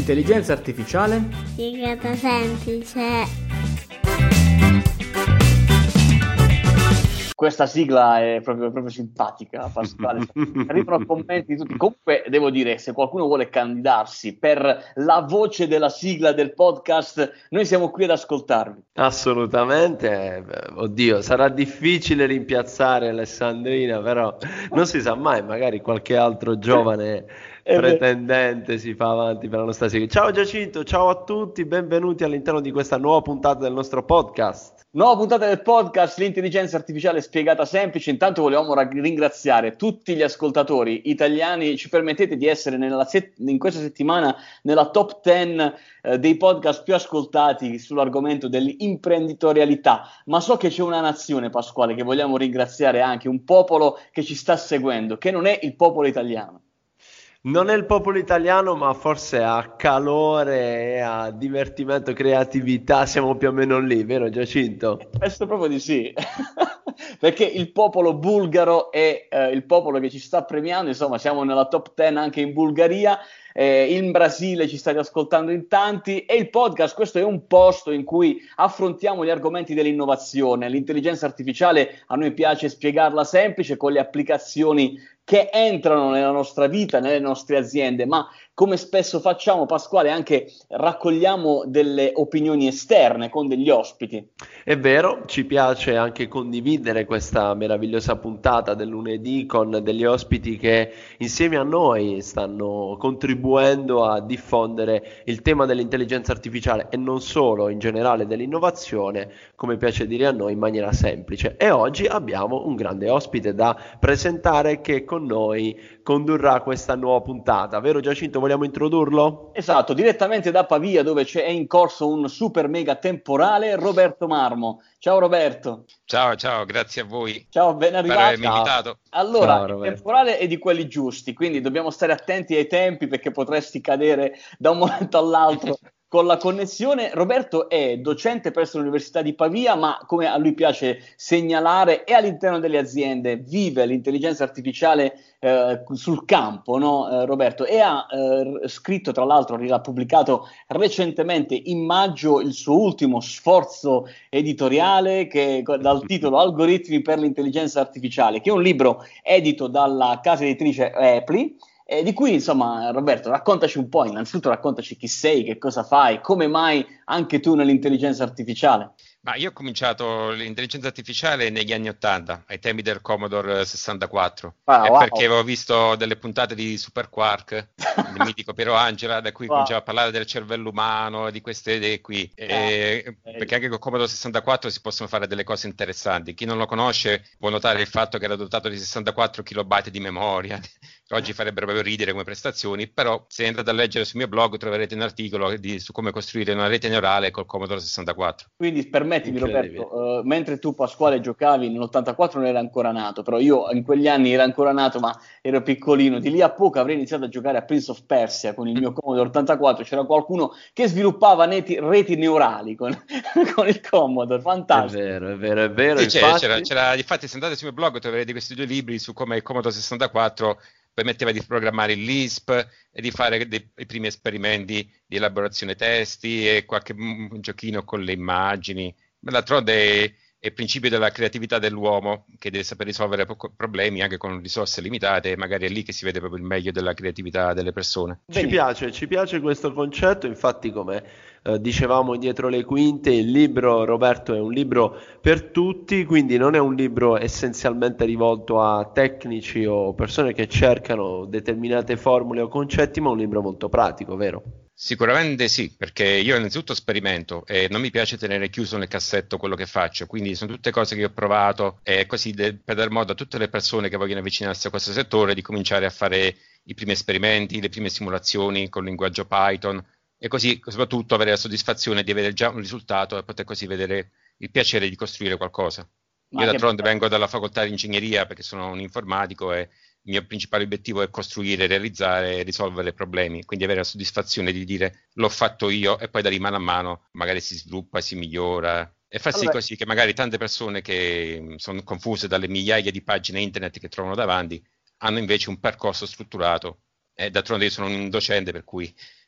L'intelligenza artificiale? Spiegata semplice. Questa sigla è proprio simpatica, Pasquale. Arrivano commenti di tutti. Comunque, devo dire, se qualcuno vuole candidarsi per la voce della sigla del podcast, noi siamo qui ad ascoltarvi. Assolutamente. Oddio, sarà difficile rimpiazzare Alessandrina, però non si sa mai, magari qualche altro giovane pretendente si fa avanti per la nostra sigla. Ciao Giacinto, ciao a tutti, benvenuti all'interno di questa nuova puntata del nostro podcast. Nuova puntata del podcast, l'intelligenza artificiale spiegata semplice. Intanto volevamo ringraziare tutti gli ascoltatori italiani. Ci permettete di essere in questa settimana nella top 10 dei podcast più ascoltati sull'argomento dell'imprenditorialità. Ma so che c'è una nazione, Pasquale, che vogliamo ringraziare, anche un popolo che ci sta seguendo, che non è il popolo italiano. Non è il popolo italiano, ma forse a calore, a divertimento, creatività, siamo più o meno lì, vero Giacinto? Penso proprio di sì, perché il popolo bulgaro è il popolo che ci sta premiando, insomma siamo nella top 10 anche in Bulgaria, in Brasile ci state ascoltando in tanti, e il podcast, questo è un posto in cui affrontiamo gli argomenti dell'innovazione, l'intelligenza artificiale. A noi piace spiegarla semplice con le applicazioni che entrano nella nostra vita, nelle nostre aziende, ma come spesso facciamo, Pasquale, anche raccogliamo delle opinioni esterne con degli ospiti. È vero, ci piace anche condividere questa meravigliosa puntata del lunedì con degli ospiti che insieme a noi stanno contribuendo a diffondere il tema dell'intelligenza artificiale e non solo, in generale dell'innovazione, come piace dire a noi, in maniera semplice. E oggi abbiamo un grande ospite da presentare che con noi condurrà questa nuova puntata, vero Giacinto? Vogliamo introdurlo? Esatto, direttamente da Pavia, dove è in corso un super mega temporale, Roberto Marmo. Ciao Roberto. Ciao, grazie a voi. Ciao, ben arrivato. Per avermi invitato. Allora, Ciao, il temporale è di quelli giusti, quindi dobbiamo stare attenti ai tempi perché potresti cadere da un momento all'altro con la connessione. Roberto è docente presso l'Università di Pavia, ma come a lui piace segnalare, è all'interno delle aziende, vive l'intelligenza artificiale sul campo, no, Roberto? E ha scritto, tra l'altro, ha pubblicato recentemente in maggio il suo ultimo sforzo editoriale dal titolo Algoritmi per l'intelligenza artificiale, che è un libro edito dalla casa editrice Epli. Di cui, insomma, Roberto, raccontaci un po', innanzitutto raccontaci chi sei, che cosa fai, come mai anche tu nell'intelligenza artificiale. Ma io ho cominciato l'intelligenza artificiale negli anni 80, ai tempi del Commodore 64, perché avevo visto delle puntate di Super Quark, il mitico Piero Angela, da cui cominciava a parlare del cervello umano, di queste idee qui, perché anche con Commodore 64 si possono fare delle cose interessanti. Chi non lo conosce può notare il fatto che era dotato di 64 kilobyte di memoria, che oggi farebbero proprio ridere come prestazioni, però se andate a leggere sul mio blog troverete un articolo su come costruire una rete neurale col Commodore 64. Quindi permettimi Roberto, mentre tu Pasquale giocavi nell'84 non era ancora nato, però io in quegli anni ero ancora nato ma ero piccolino, di lì a poco avrei iniziato a giocare a Prince of Persia con il mio Commodore 84, c'era qualcuno che sviluppava reti neurali con il Commodore, fantastico. È vero. Sì, infatti se andate sul mio blog troverete questi due libri su come il Commodore 64 permetteva di programmare il Lisp e di fare i primi esperimenti di elaborazione testi e qualche giochino con le immagini. D'altronde è il principio della creatività dell'uomo, che deve saper risolvere problemi anche con risorse limitate, e magari è lì che si vede proprio il meglio della creatività delle persone. Ci piace questo concetto, infatti come dicevamo dietro le quinte, il libro, Roberto, è un libro per tutti, quindi non è un libro essenzialmente rivolto a tecnici o persone che cercano determinate formule o concetti, ma un libro molto pratico, vero? Sicuramente sì, perché io innanzitutto sperimento e non mi piace tenere chiuso nel cassetto quello che faccio, quindi sono tutte cose che ho provato e così per dar modo a tutte le persone che vogliono avvicinarsi a questo settore di cominciare a fare i primi esperimenti, le prime simulazioni con il linguaggio Python e così soprattutto avere la soddisfazione di avere già un risultato e poter così vedere il piacere di costruire qualcosa. Io d'altronde vengo dalla facoltà di ingegneria perché sono un informatico e il mio principale obiettivo è costruire, realizzare e risolvere problemi, quindi avere la soddisfazione di dire l'ho fatto io e poi da lì mano a mano magari si sviluppa, si migliora e fa sì così che magari tante persone che sono confuse dalle migliaia di pagine internet che trovano davanti hanno invece un percorso strutturato. E d'altronde io sono un docente per cui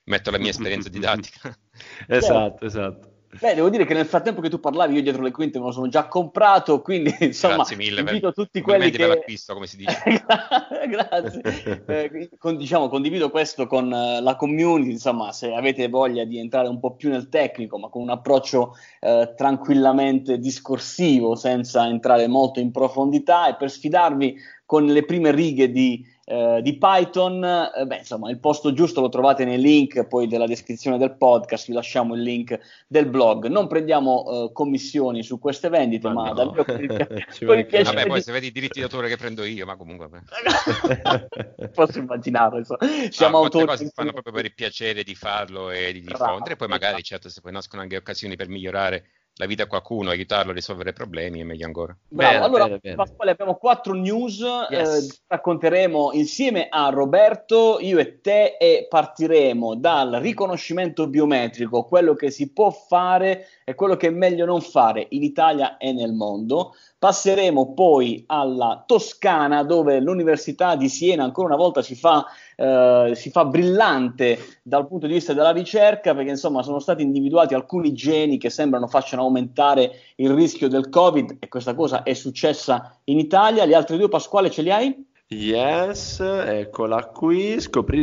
metto la mia esperienza didattica. Esatto. Beh, devo dire che nel frattempo che tu parlavi io dietro le quinte me lo sono già comprato, quindi insomma Grazie mille, invito tutti come quelli per l'acquisto, come si dice. Grazie. Condivido questo con la community, insomma, se avete voglia di entrare un po' più nel tecnico, ma con un approccio tranquillamente discorsivo, senza entrare molto in profondità, e per sfidarvi con le prime righe di Python, insomma, il posto giusto lo trovate nei link poi della descrizione del podcast, vi lasciamo il link del blog. Non prendiamo commissioni su queste vendite, ma no. davvero con il piacere. Vabbè, poi se vedi i diritti d'autore che prendo io, ma comunque posso immaginare, insomma. Siamo molte autori, cose si fanno proprio per il piacere di farlo e di diffondere, poi magari certo se poi nascono anche occasioni per migliorare la vita a qualcuno, aiutarlo a risolvere problemi, è meglio ancora. Bravo. Allora, bene. Pasquale, abbiamo 4 news, Yes. racconteremo insieme a Roberto, io e te, e partiremo dal riconoscimento biometrico, quello che si può fare e quello che è meglio non fare in Italia e nel mondo. Passeremo poi alla Toscana, dove l'Università di Siena ancora una volta si fa brillante dal punto di vista della ricerca, perché insomma sono stati individuati alcuni geni che sembrano facciano aumentare il rischio del Covid, e questa cosa è successa in Italia. Gli altri due, Pasquale, ce li hai? Yes, eccola qui,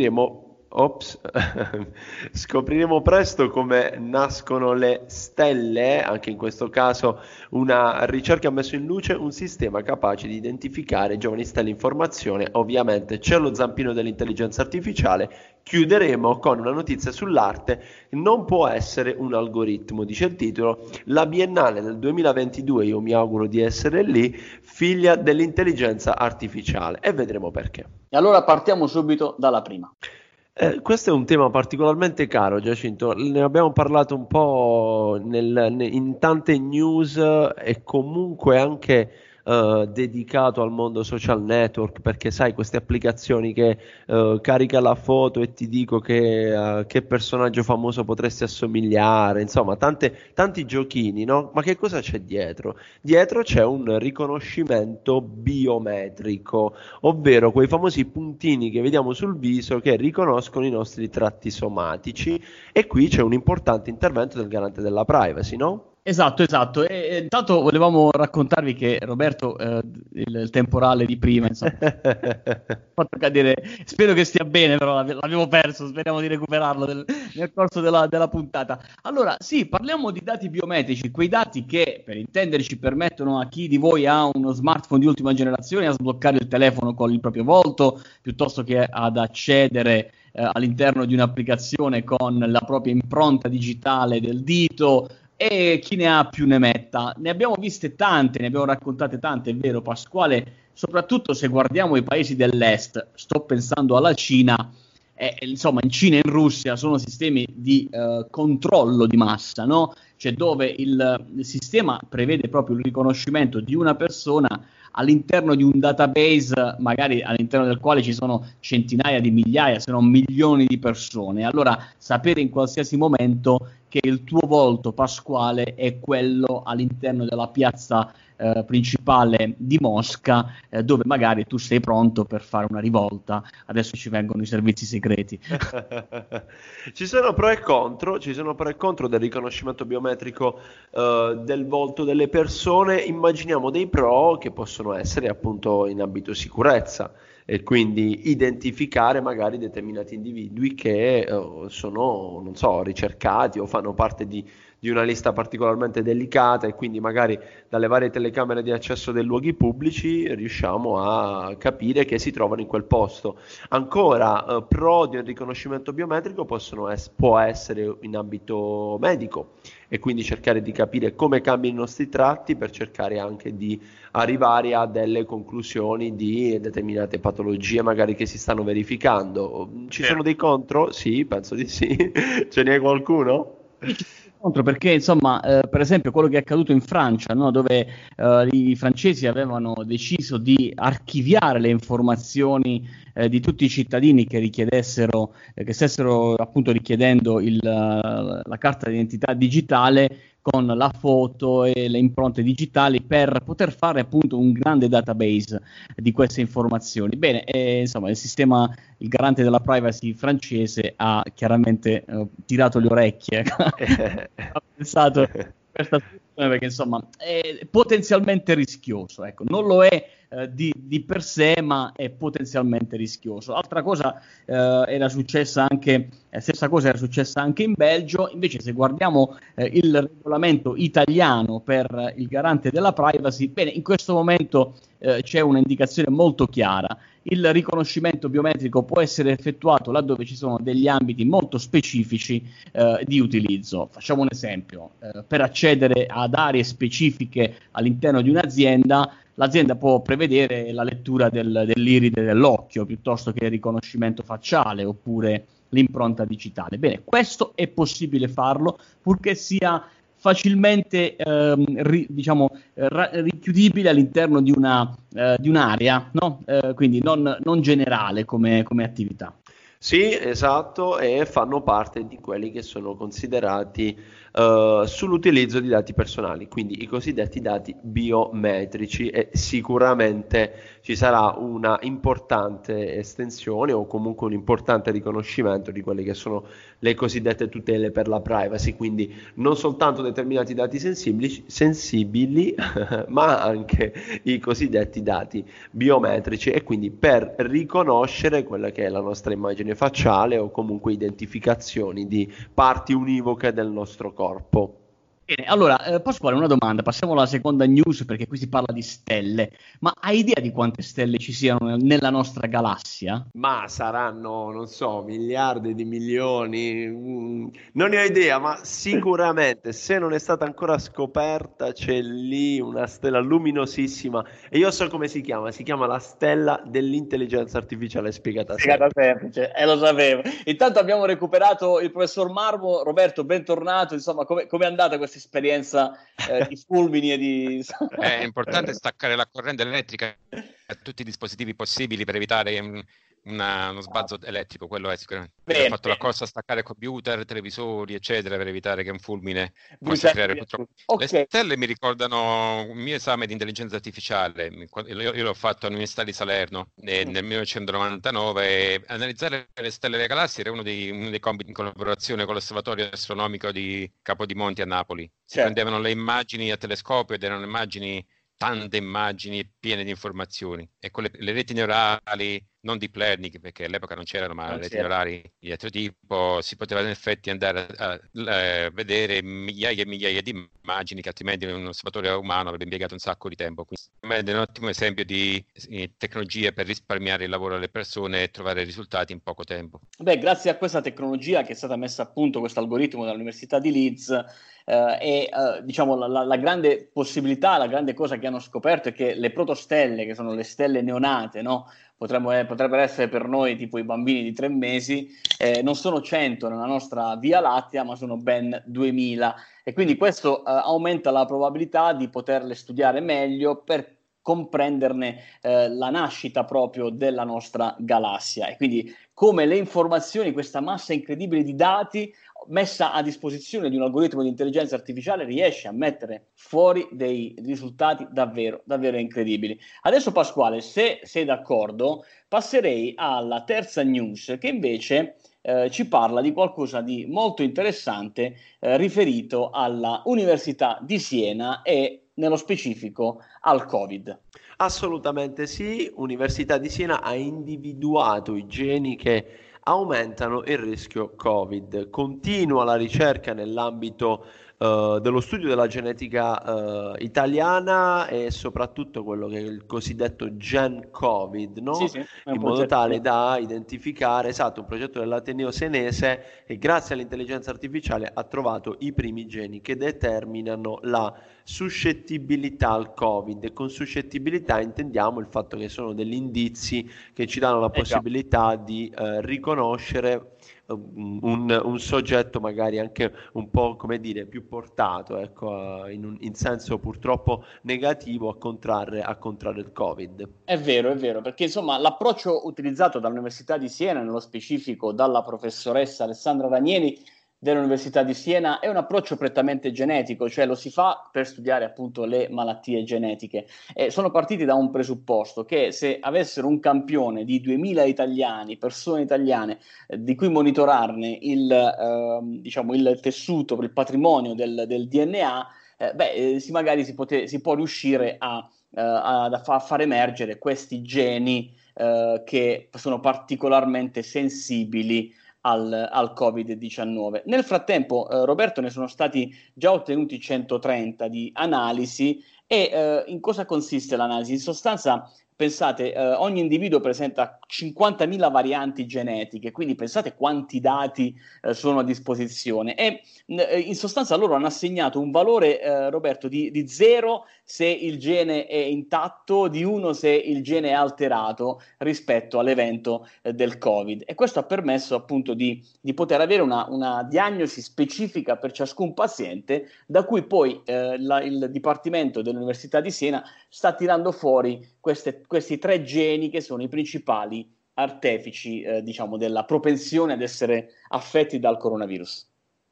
scopriremo presto come nascono le stelle. Anche in questo caso una ricerca ha messo in luce un sistema capace di identificare giovani stelle in formazione. Ovviamente c'è lo zampino dell'intelligenza artificiale. Chiuderemo con una notizia sull'arte. Non può essere un algoritmo, dice il titolo. La Biennale del 2022, io mi auguro di essere lì, figlia dell'intelligenza artificiale, e vedremo perché. E allora partiamo subito dalla prima. Questo è un tema particolarmente caro, Giacinto. Ne abbiamo parlato un po' in tante news, e comunque anche dedicato al mondo social network, perché sai, queste applicazioni che carica la foto e ti dico che personaggio famoso potresti assomigliare, insomma tanti giochini, no? Ma che cosa c'è dietro? Dietro c'è un riconoscimento biometrico, ovvero quei famosi puntini che vediamo sul viso che riconoscono i nostri tratti somatici, e qui c'è un importante intervento del garante della privacy, no? Esatto. E intanto volevamo raccontarvi che Roberto, il temporale di prima, insomma, ha fatto cadere. Spero che stia bene, però l'avevo perso. Speriamo di recuperarlo nel corso della puntata. Allora, sì, parliamo di dati biometrici, quei dati che, per intenderci, permettono a chi di voi ha uno smartphone di ultima generazione a sbloccare il telefono con il proprio volto, piuttosto che ad accedere all'interno di un'applicazione con la propria impronta digitale del dito. E chi ne ha più ne metta. Ne abbiamo viste tante, ne abbiamo raccontate tante, è vero, Pasquale, soprattutto se guardiamo i paesi dell'est. Sto pensando alla Cina, insomma in Cina e in Russia sono sistemi di controllo di massa, no? Cioè dove il sistema prevede proprio il riconoscimento di una persona all'interno di un database, magari all'interno del quale ci sono centinaia di migliaia, se non milioni di persone. Allora sapere in qualsiasi momento che il tuo volto, Pasquale, è quello all'interno della piazza principale di Mosca, dove magari tu sei pronto per fare una rivolta. Adesso ci vengono i servizi segreti. Ci sono pro e contro del riconoscimento biometrico del volto delle persone. Immaginiamo dei pro che possono essere appunto in ambito sicurezza, e quindi identificare magari determinati individui che sono, non so, ricercati o fanno parte di una lista particolarmente delicata, e quindi magari dalle varie telecamere di accesso dei luoghi pubblici riusciamo a capire che si trovano in quel posto. Ancora pro di un riconoscimento biometrico può essere in ambito medico, e quindi cercare di capire come cambiano i nostri tratti per cercare anche di arrivare a delle conclusioni di determinate patologie magari che si stanno verificando. Ci sono dei contro? Sì, penso di sì. Ce ne hai qualcuno? Contro, perché insomma, per esempio quello che è accaduto in Francia, no? Dove i francesi avevano deciso di archiviare le informazioni di tutti i cittadini che richiedessero, che stessero appunto richiedendo la carta d'identità digitale, con la foto e le impronte digitali per poter fare appunto un grande database di queste informazioni. Bene, insomma, il garante della privacy francese ha chiaramente tirato le orecchie, ha pensato questa soluzione perché insomma è potenzialmente rischioso, ecco, non lo è di per sé, ma è potenzialmente rischioso. Altra cosa era successa anche, stessa cosa era successa anche in Belgio. Invece, se guardiamo il regolamento italiano per il garante della privacy, bene, in questo momento c'è un'indicazione molto chiara. Il riconoscimento biometrico può essere effettuato laddove ci sono degli ambiti molto specifici di utilizzo. Facciamo un esempio: per accedere ad aree specifiche all'interno di un'azienda, l'azienda può prevedere la lettura dell'iride dell'occhio piuttosto che il riconoscimento facciale oppure l'impronta digitale. Bene, questo è possibile farlo purché sia facilmente richiudibile all'interno di un'area, no? Quindi non generale come attività. Sì, esatto, e fanno parte di quelli che sono considerati sull'utilizzo di dati personali, quindi i cosiddetti dati biometrici, e sicuramente ci sarà una importante estensione o comunque un importante riconoscimento di quelle che sono le cosiddette tutele per la privacy, quindi non soltanto determinati dati sensibili ma anche i cosiddetti dati biometrici, e quindi per riconoscere quella che è la nostra immagine facciale o comunque identificazioni di parti univoche del nostro corpo. Bene, allora, Pasquale, una domanda, passiamo alla seconda news perché qui si parla di stelle, ma hai idea di quante stelle ci siano nella nostra galassia? Ma saranno, non so, miliardi di milioni, non ne ho idea, ma sicuramente se non è stata ancora scoperta c'è lì una stella luminosissima, e io so come si chiama la stella dell'intelligenza artificiale spiegata semplice, lo sapevo. Intanto abbiamo recuperato il professor Marmo. Roberto, bentornato. Insomma, come è andata questa esperienza di fulmini e di... È importante staccare la corrente elettrica a tutti i dispositivi possibili per evitare uno sbalzo elettrico, quello è sicuramente. Ho fatto la corsa a staccare computer, televisori, eccetera, per evitare che un fulmine possa creare purtroppo. Okay. Le stelle mi ricordano un mio esame di intelligenza artificiale. Io l'ho fatto all'Università di Salerno nel 1999, e analizzare le stelle delle galassie era uno dei compiti in collaborazione con l'osservatorio astronomico di Capodimonte a Napoli. Si prendevano le immagini a telescopio ed erano tante immagini piene di informazioni, e con le reti neurali non deep learning, perché all'epoca non c'erano, ma le reti neurali di altro tipo, si poteva in effetti andare a vedere migliaia e migliaia di immagini che altrimenti un osservatorio umano avrebbe impiegato un sacco di tempo. Quindi è un ottimo esempio di tecnologie per risparmiare il lavoro alle persone e trovare risultati in poco tempo. Beh, grazie a questa tecnologia che è stata messa a punto, questo algoritmo dall'Università di Leeds, diciamo la grande possibilità, la grande cosa che hanno scoperto è che le protostelle, che sono le stelle neonate, no? Potrebbero essere per noi tipo i bambini di 3 mesi, non sono 100 nella nostra Via Lattea, ma sono ben 2000, e quindi questo aumenta la probabilità di poterle studiare meglio per comprenderne la nascita proprio della nostra galassia, e quindi come le informazioni, questa massa incredibile di dati messa a disposizione di un algoritmo di intelligenza artificiale, riesce a mettere fuori dei risultati davvero, davvero incredibili. Adesso, Pasquale, se sei d'accordo, passerei alla terza news, che invece ci parla di qualcosa di molto interessante riferito alla Università di Siena e nello specifico al Covid. Assolutamente sì, Università di Siena ha individuato i geni che aumentano il rischio Covid. Continua la ricerca nell'ambito dello studio della genetica italiana, e soprattutto quello che è il cosiddetto Gen Covid, no? Sì, in modo tale da identificare, esatto, un progetto dell'Ateneo Senese, che grazie all'intelligenza artificiale ha trovato i primi geni che determinano la suscettibilità al Covid. E con suscettibilità intendiamo il fatto che sono degli indizi che ci danno la possibilità di riconoscere un soggetto magari anche un po', come dire, più portato, ecco, in senso purtroppo negativo a contrarre il Covid. È vero, perché insomma l'approccio utilizzato dall'Università di Siena, nello specifico dalla professoressa Alessandra Ranieri, dell'Università di Siena è un approccio prettamente genetico, cioè lo si fa per studiare appunto le malattie genetiche. Sono partiti da un presupposto che se avessero un campione di 2000 italiani, persone italiane, di cui monitorarne diciamo, il tessuto, il patrimonio del DNA, magari si può riuscire a far emergere questi geni che sono particolarmente sensibili al Covid-19. Nel frattempo, Roberto, ne sono stati già ottenuti 130 di analisi e in cosa consiste l'analisi? In sostanza, pensate, ogni individuo presenta 50.000 varianti genetiche, quindi pensate quanti dati sono a disposizione e in sostanza loro hanno assegnato un valore, Roberto, di 0 se il gene è intatto, di 1 se il gene è alterato rispetto all'evento del Covid. E questo ha permesso appunto di poter avere una diagnosi specifica per ciascun paziente, da cui poi il Dipartimento dell'Università di Siena sta tirando fuori questi 3 geni che sono i principali artefici, diciamo, della propensione ad essere affetti dal coronavirus.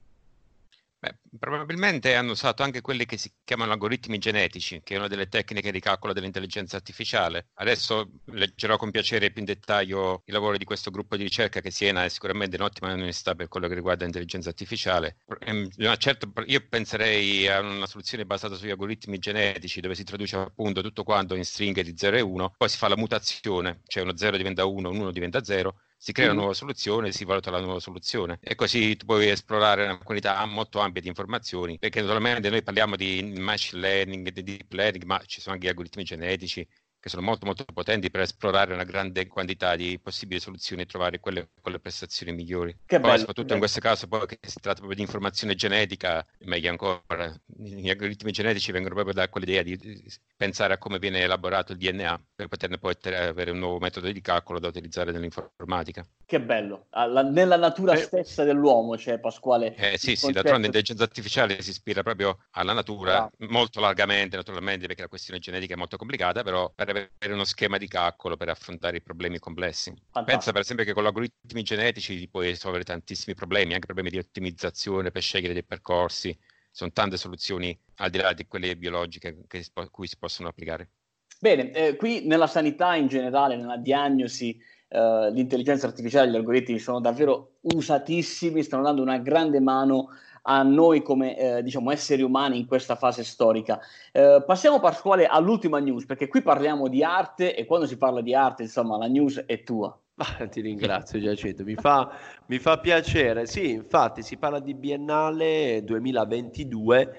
Beh, probabilmente hanno usato anche quelli che si chiamano algoritmi genetici, che è una delle tecniche di calcolo dell'intelligenza artificiale. Adesso leggerò con piacere più in dettaglio i lavori di questo gruppo di ricerca, che Siena è sicuramente un'ottima università per quello che riguarda l'intelligenza artificiale. Certo, io penserei a una soluzione basata sugli algoritmi genetici, dove si traduce appunto tutto quanto in stringhe di 0 e 1, poi si fa la mutazione, cioè uno 0 diventa 1, un 1 diventa 0, si crea una nuova soluzione, si valuta la nuova soluzione e così tu puoi esplorare una quantità molto ampia di informazioni, perché naturalmente noi parliamo di machine learning, di deep learning, ma ci sono anche gli algoritmi genetici che sono molto molto potenti per esplorare una grande quantità di possibili soluzioni e trovare quelle con le prestazioni migliori. Che poi bello, soprattutto in questo caso poi che si tratta proprio di informazione genetica, meglio ancora, gli algoritmi genetici vengono proprio da quell'idea di pensare a come viene elaborato il DNA per poterne poi avere un nuovo metodo di calcolo da utilizzare nell'informatica. Che bello, nella natura stessa dell'uomo c'è, Pasquale. Sì, d'altronde l'intelligenza artificiale si ispira proprio alla natura, molto largamente naturalmente, perché la questione genetica è molto complicata, però per avere uno schema di calcolo per affrontare i problemi complessi. Fantastico. Pensa per esempio che con gli algoritmi genetici puoi risolvere tantissimi problemi, anche problemi di ottimizzazione per scegliere dei percorsi. Sono tante soluzioni al di là di quelle biologiche cui si possono applicare. Bene, qui nella sanità in generale, nella diagnosi, l'intelligenza artificiale, gli algoritmi sono davvero usatissimi, stanno dando una grande mano a noi come diciamo esseri umani in questa fase storica. Passiamo, Pasquale, all'ultima news, perché qui parliamo di arte e quando si parla di arte, insomma, la news è tua. Ti ringrazio, Giacinto, mi fa piacere. Sì, infatti si parla di Biennale 2022,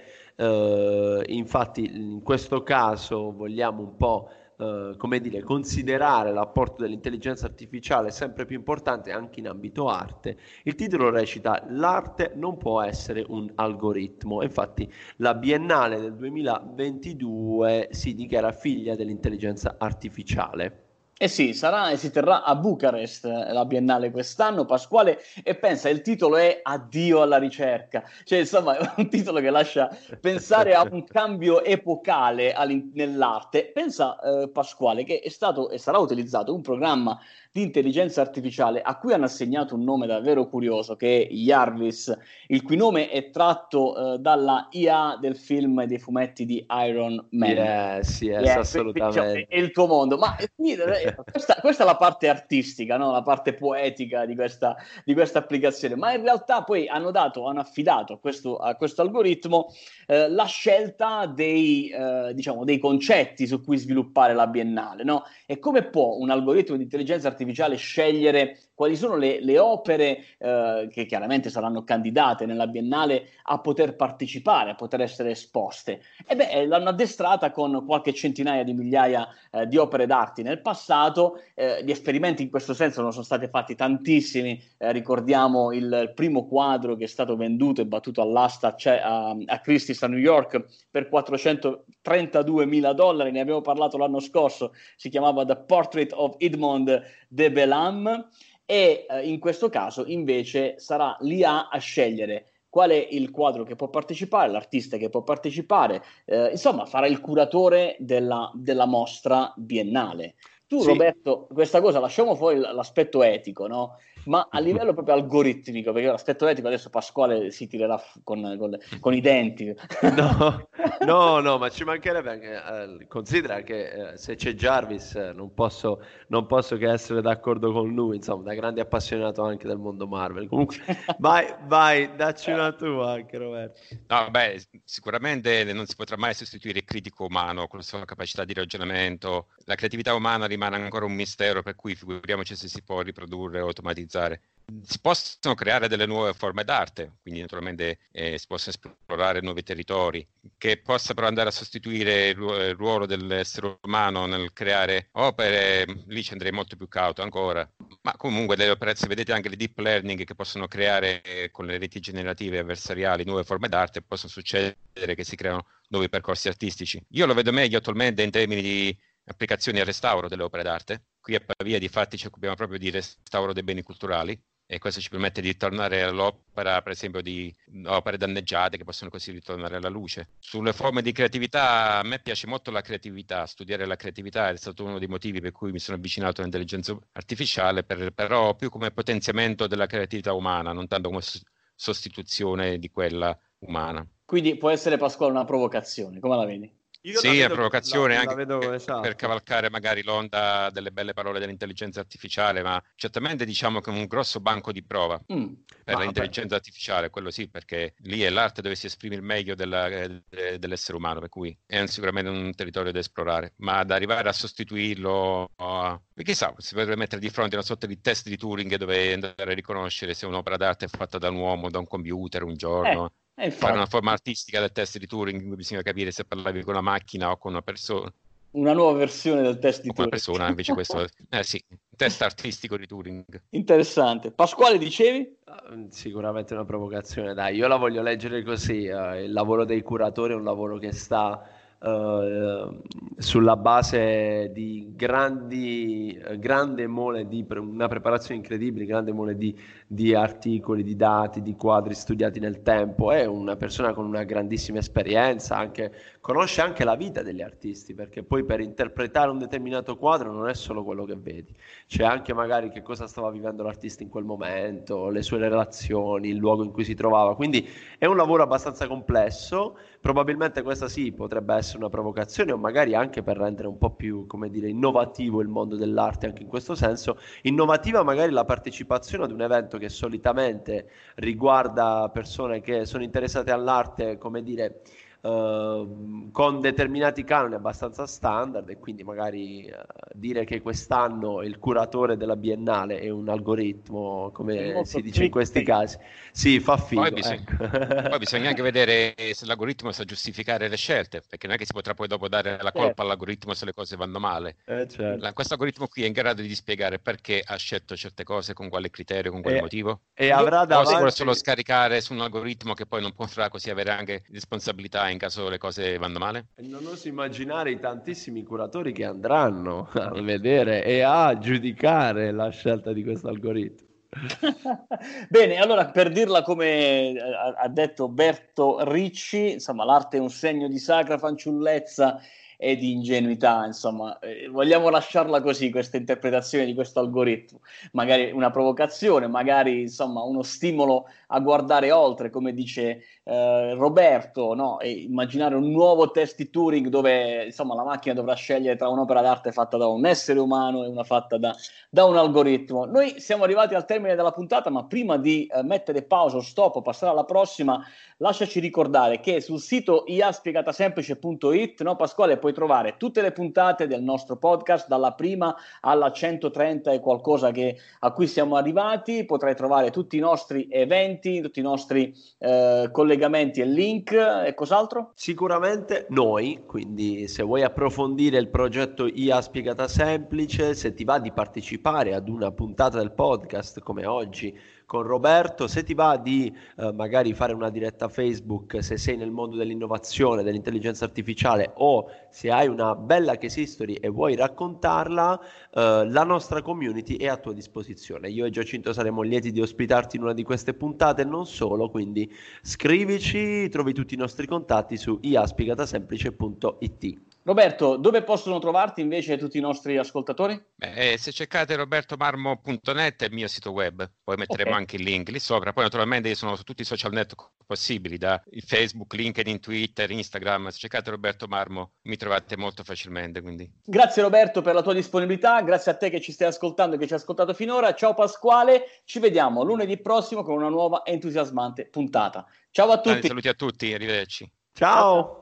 infatti in questo caso vogliamo un po' come dire, considerare l'apporto dell'intelligenza artificiale sempre più importante anche in ambito arte. Il titolo recita: l'arte non può essere un algoritmo. Infatti la Biennale del 2022 si dichiara figlia dell'intelligenza artificiale. Eh sì, sarà e si terrà a Bucarest la Biennale quest'anno, Pasquale, e pensa, il titolo è Addio alla ricerca, cioè insomma è un titolo che lascia pensare a un cambio epocale nell'arte. Pensa, Pasquale, che è stato e sarà utilizzato un programma di intelligenza artificiale a cui hanno assegnato un nome davvero curioso, che è Jarvis, il cui nome è tratto dalla IA del film e dei fumetti di Iron Man. Yes, assolutamente. È il tuo mondo, ma questa è la parte artistica, no? La parte poetica di questa applicazione, ma in realtà poi hanno affidato a questo algoritmo la scelta dei concetti su cui sviluppare la Biennale, no? E come può un algoritmo di intelligenza artificiale scegliere quali sono le opere che chiaramente saranno candidate nella Biennale a poter partecipare, a poter essere esposte? L'hanno addestrata con qualche centinaia di migliaia di opere d'arte nel passato. Gli esperimenti in questo senso non sono stati fatti tantissimi. Ricordiamo il primo quadro che è stato venduto e battuto all'asta a Christie's a New York per $432.000. Ne abbiamo parlato l'anno scorso, si chiamava The Portrait of Edmond de Bellam. E in questo caso invece sarà l'IA a scegliere qual è il quadro che può partecipare, l'artista che può partecipare, insomma farà il curatore della mostra biennale. Tu, sì. Roberto, questa cosa, lasciamo fuori l'aspetto etico, no? ma a livello proprio algoritmico, perché l'aspetto etico adesso Pasquale si tirerà con i denti. No, ma ci mancherebbe anche, considera che se c'è Jarvis non posso che essere d'accordo con lui, insomma, da grande appassionato anche del mondo Marvel. Comunque, vai, dacci una tua anche, Roberto. No, beh, sicuramente non si potrà mai sostituire il critico umano con la sua capacità di ragionamento. La creatività umana rimane ancora un mistero, per cui figuriamoci se si può riprodurre o automatizzare. Si possono creare delle nuove forme d'arte, quindi naturalmente si possono esplorare nuovi territori, che possa però andare a sostituire il ruolo dell'essere umano nel creare opere, lì ci andrei molto più cauto ancora, ma comunque delle opere, se vedete anche le deep learning che possono creare con le reti generative avversariali nuove forme d'arte, possono succedere che si creano nuovi percorsi artistici. Io lo vedo meglio attualmente in termini di applicazioni al restauro delle opere d'arte. Qui a Pavia difatti ci occupiamo proprio di restauro dei beni culturali e questo ci permette di tornare all'opera, per esempio, di opere danneggiate che possono così ritornare alla luce. Sulle forme di creatività, a me piace molto la creatività, studiare la creatività è stato uno dei motivi per cui mi sono avvicinato all'intelligenza artificiale, però più come potenziamento della creatività umana, non tanto come sostituzione di quella umana. Quindi può essere, Pasquale, una provocazione, come la vedi? Sì, è una provocazione anche esatto, per cavalcare magari l'onda delle belle parole dell'intelligenza artificiale, ma certamente diciamo che è un grosso banco di prova per l'intelligenza artificiale, quello sì, perché lì è l'arte dove si esprime il meglio dell'essere umano, per cui è sicuramente un territorio da esplorare, ma ad arrivare a sostituirlo, chissà, si potrebbe mettere di fronte a una sorta di test di Turing dove andare a riconoscere se un'opera d'arte è fatta da un uomo, da un computer, un giorno. Fare una forma artistica del test di Turing in cui bisogna capire se parlavi con una macchina o con una persona. Una nuova versione del test di Turing. Turing. Una persona, invece questo sì, test artistico di Turing. Interessante. Pasquale, dicevi? Sicuramente una provocazione, dai, io la voglio leggere così, il lavoro dei curatori è un lavoro che sta sulla base di grande mole di una preparazione incredibile, grande mole di articoli, di dati, di quadri studiati nel tempo. È una persona con una grandissima esperienza, conosce anche la vita degli artisti, perché poi per interpretare un determinato quadro non è solo quello che vedi, c'è anche magari che cosa stava vivendo l'artista in quel momento, le sue relazioni, il luogo in cui si trovava, quindi è un lavoro abbastanza complesso. Probabilmente questa sì potrebbe essere una provocazione, o magari anche per rendere un po' più, come dire, innovativo il mondo dell'arte anche in questo senso. Innovativa magari la partecipazione ad un evento che solitamente riguarda persone che sono interessate all'arte, come dire, con determinati canoni abbastanza standard, e quindi magari dire che quest'anno il curatore della Biennale è un algoritmo, come si dice in questi casi, sì, fa figo. Poi bisogna anche vedere se l'algoritmo sa giustificare le scelte, perché non è che si potrà poi dopo dare la colpa all'algoritmo se le cose vanno male. Certo. Questo algoritmo qui è in grado di spiegare perché ha scelto certe cose, con quale criterio, con quale motivo, e avrà davanti... o si vuole solo scaricare su un algoritmo che poi non potrà così avere anche responsabilità in caso le cose vanno male? Non oso immaginare i tantissimi curatori che andranno a vedere e a giudicare la scelta di questo algoritmo. Bene, allora, per dirla come ha detto Berto Ricci, insomma, l'arte è un segno di sacra fanciullezza e di ingenuità, insomma, vogliamo lasciarla così, questa interpretazione di questo algoritmo, magari una provocazione, magari insomma uno stimolo a guardare oltre, come dice Roberto, no? E immaginare un nuovo test di Turing dove insomma la macchina dovrà scegliere tra un'opera d'arte fatta da un essere umano e una fatta da un algoritmo. Noi siamo arrivati al termine della puntata, ma prima di mettere pausa o stop o passare alla prossima, lasciaci ricordare che sul sito iaspiegatasemplice.it, no, Pasquale, puoi trovare tutte le puntate del nostro podcast, dalla prima alla 130 e qualcosa a cui siamo arrivati. Potrai trovare tutti i nostri eventi, tutti i nostri collegamenti e link e cos'altro? Sicuramente noi, quindi se vuoi approfondire il progetto IA Spiegata Semplice, se ti va di partecipare ad una puntata del podcast come oggi con Roberto, se ti va di magari fare una diretta Facebook, se sei nel mondo dell'innovazione, dell'intelligenza artificiale, o se hai una bella case history e vuoi raccontarla, la nostra community è a tua disposizione. Io e Giacinto saremo lieti di ospitarti in una di queste puntate, non solo, quindi scrivici, trovi tutti i nostri contatti su iaspiegatasemplice.it. Roberto, dove possono trovarti invece tutti i nostri ascoltatori? Se cercate robertomarmo.net è il mio sito web, poi metteremo anche il link lì sopra. Poi naturalmente io sono su tutti i social network possibili, da Facebook, LinkedIn, Twitter, Instagram. Se cercate Roberto Marmo mi trovate molto facilmente. Quindi. Grazie Roberto per la tua disponibilità, grazie a te che ci stai ascoltando e che ci hai ascoltato finora. Ciao Pasquale, ci vediamo lunedì prossimo con una nuova entusiasmante puntata. Ciao a tutti. Saluti a tutti, arrivederci. Ciao.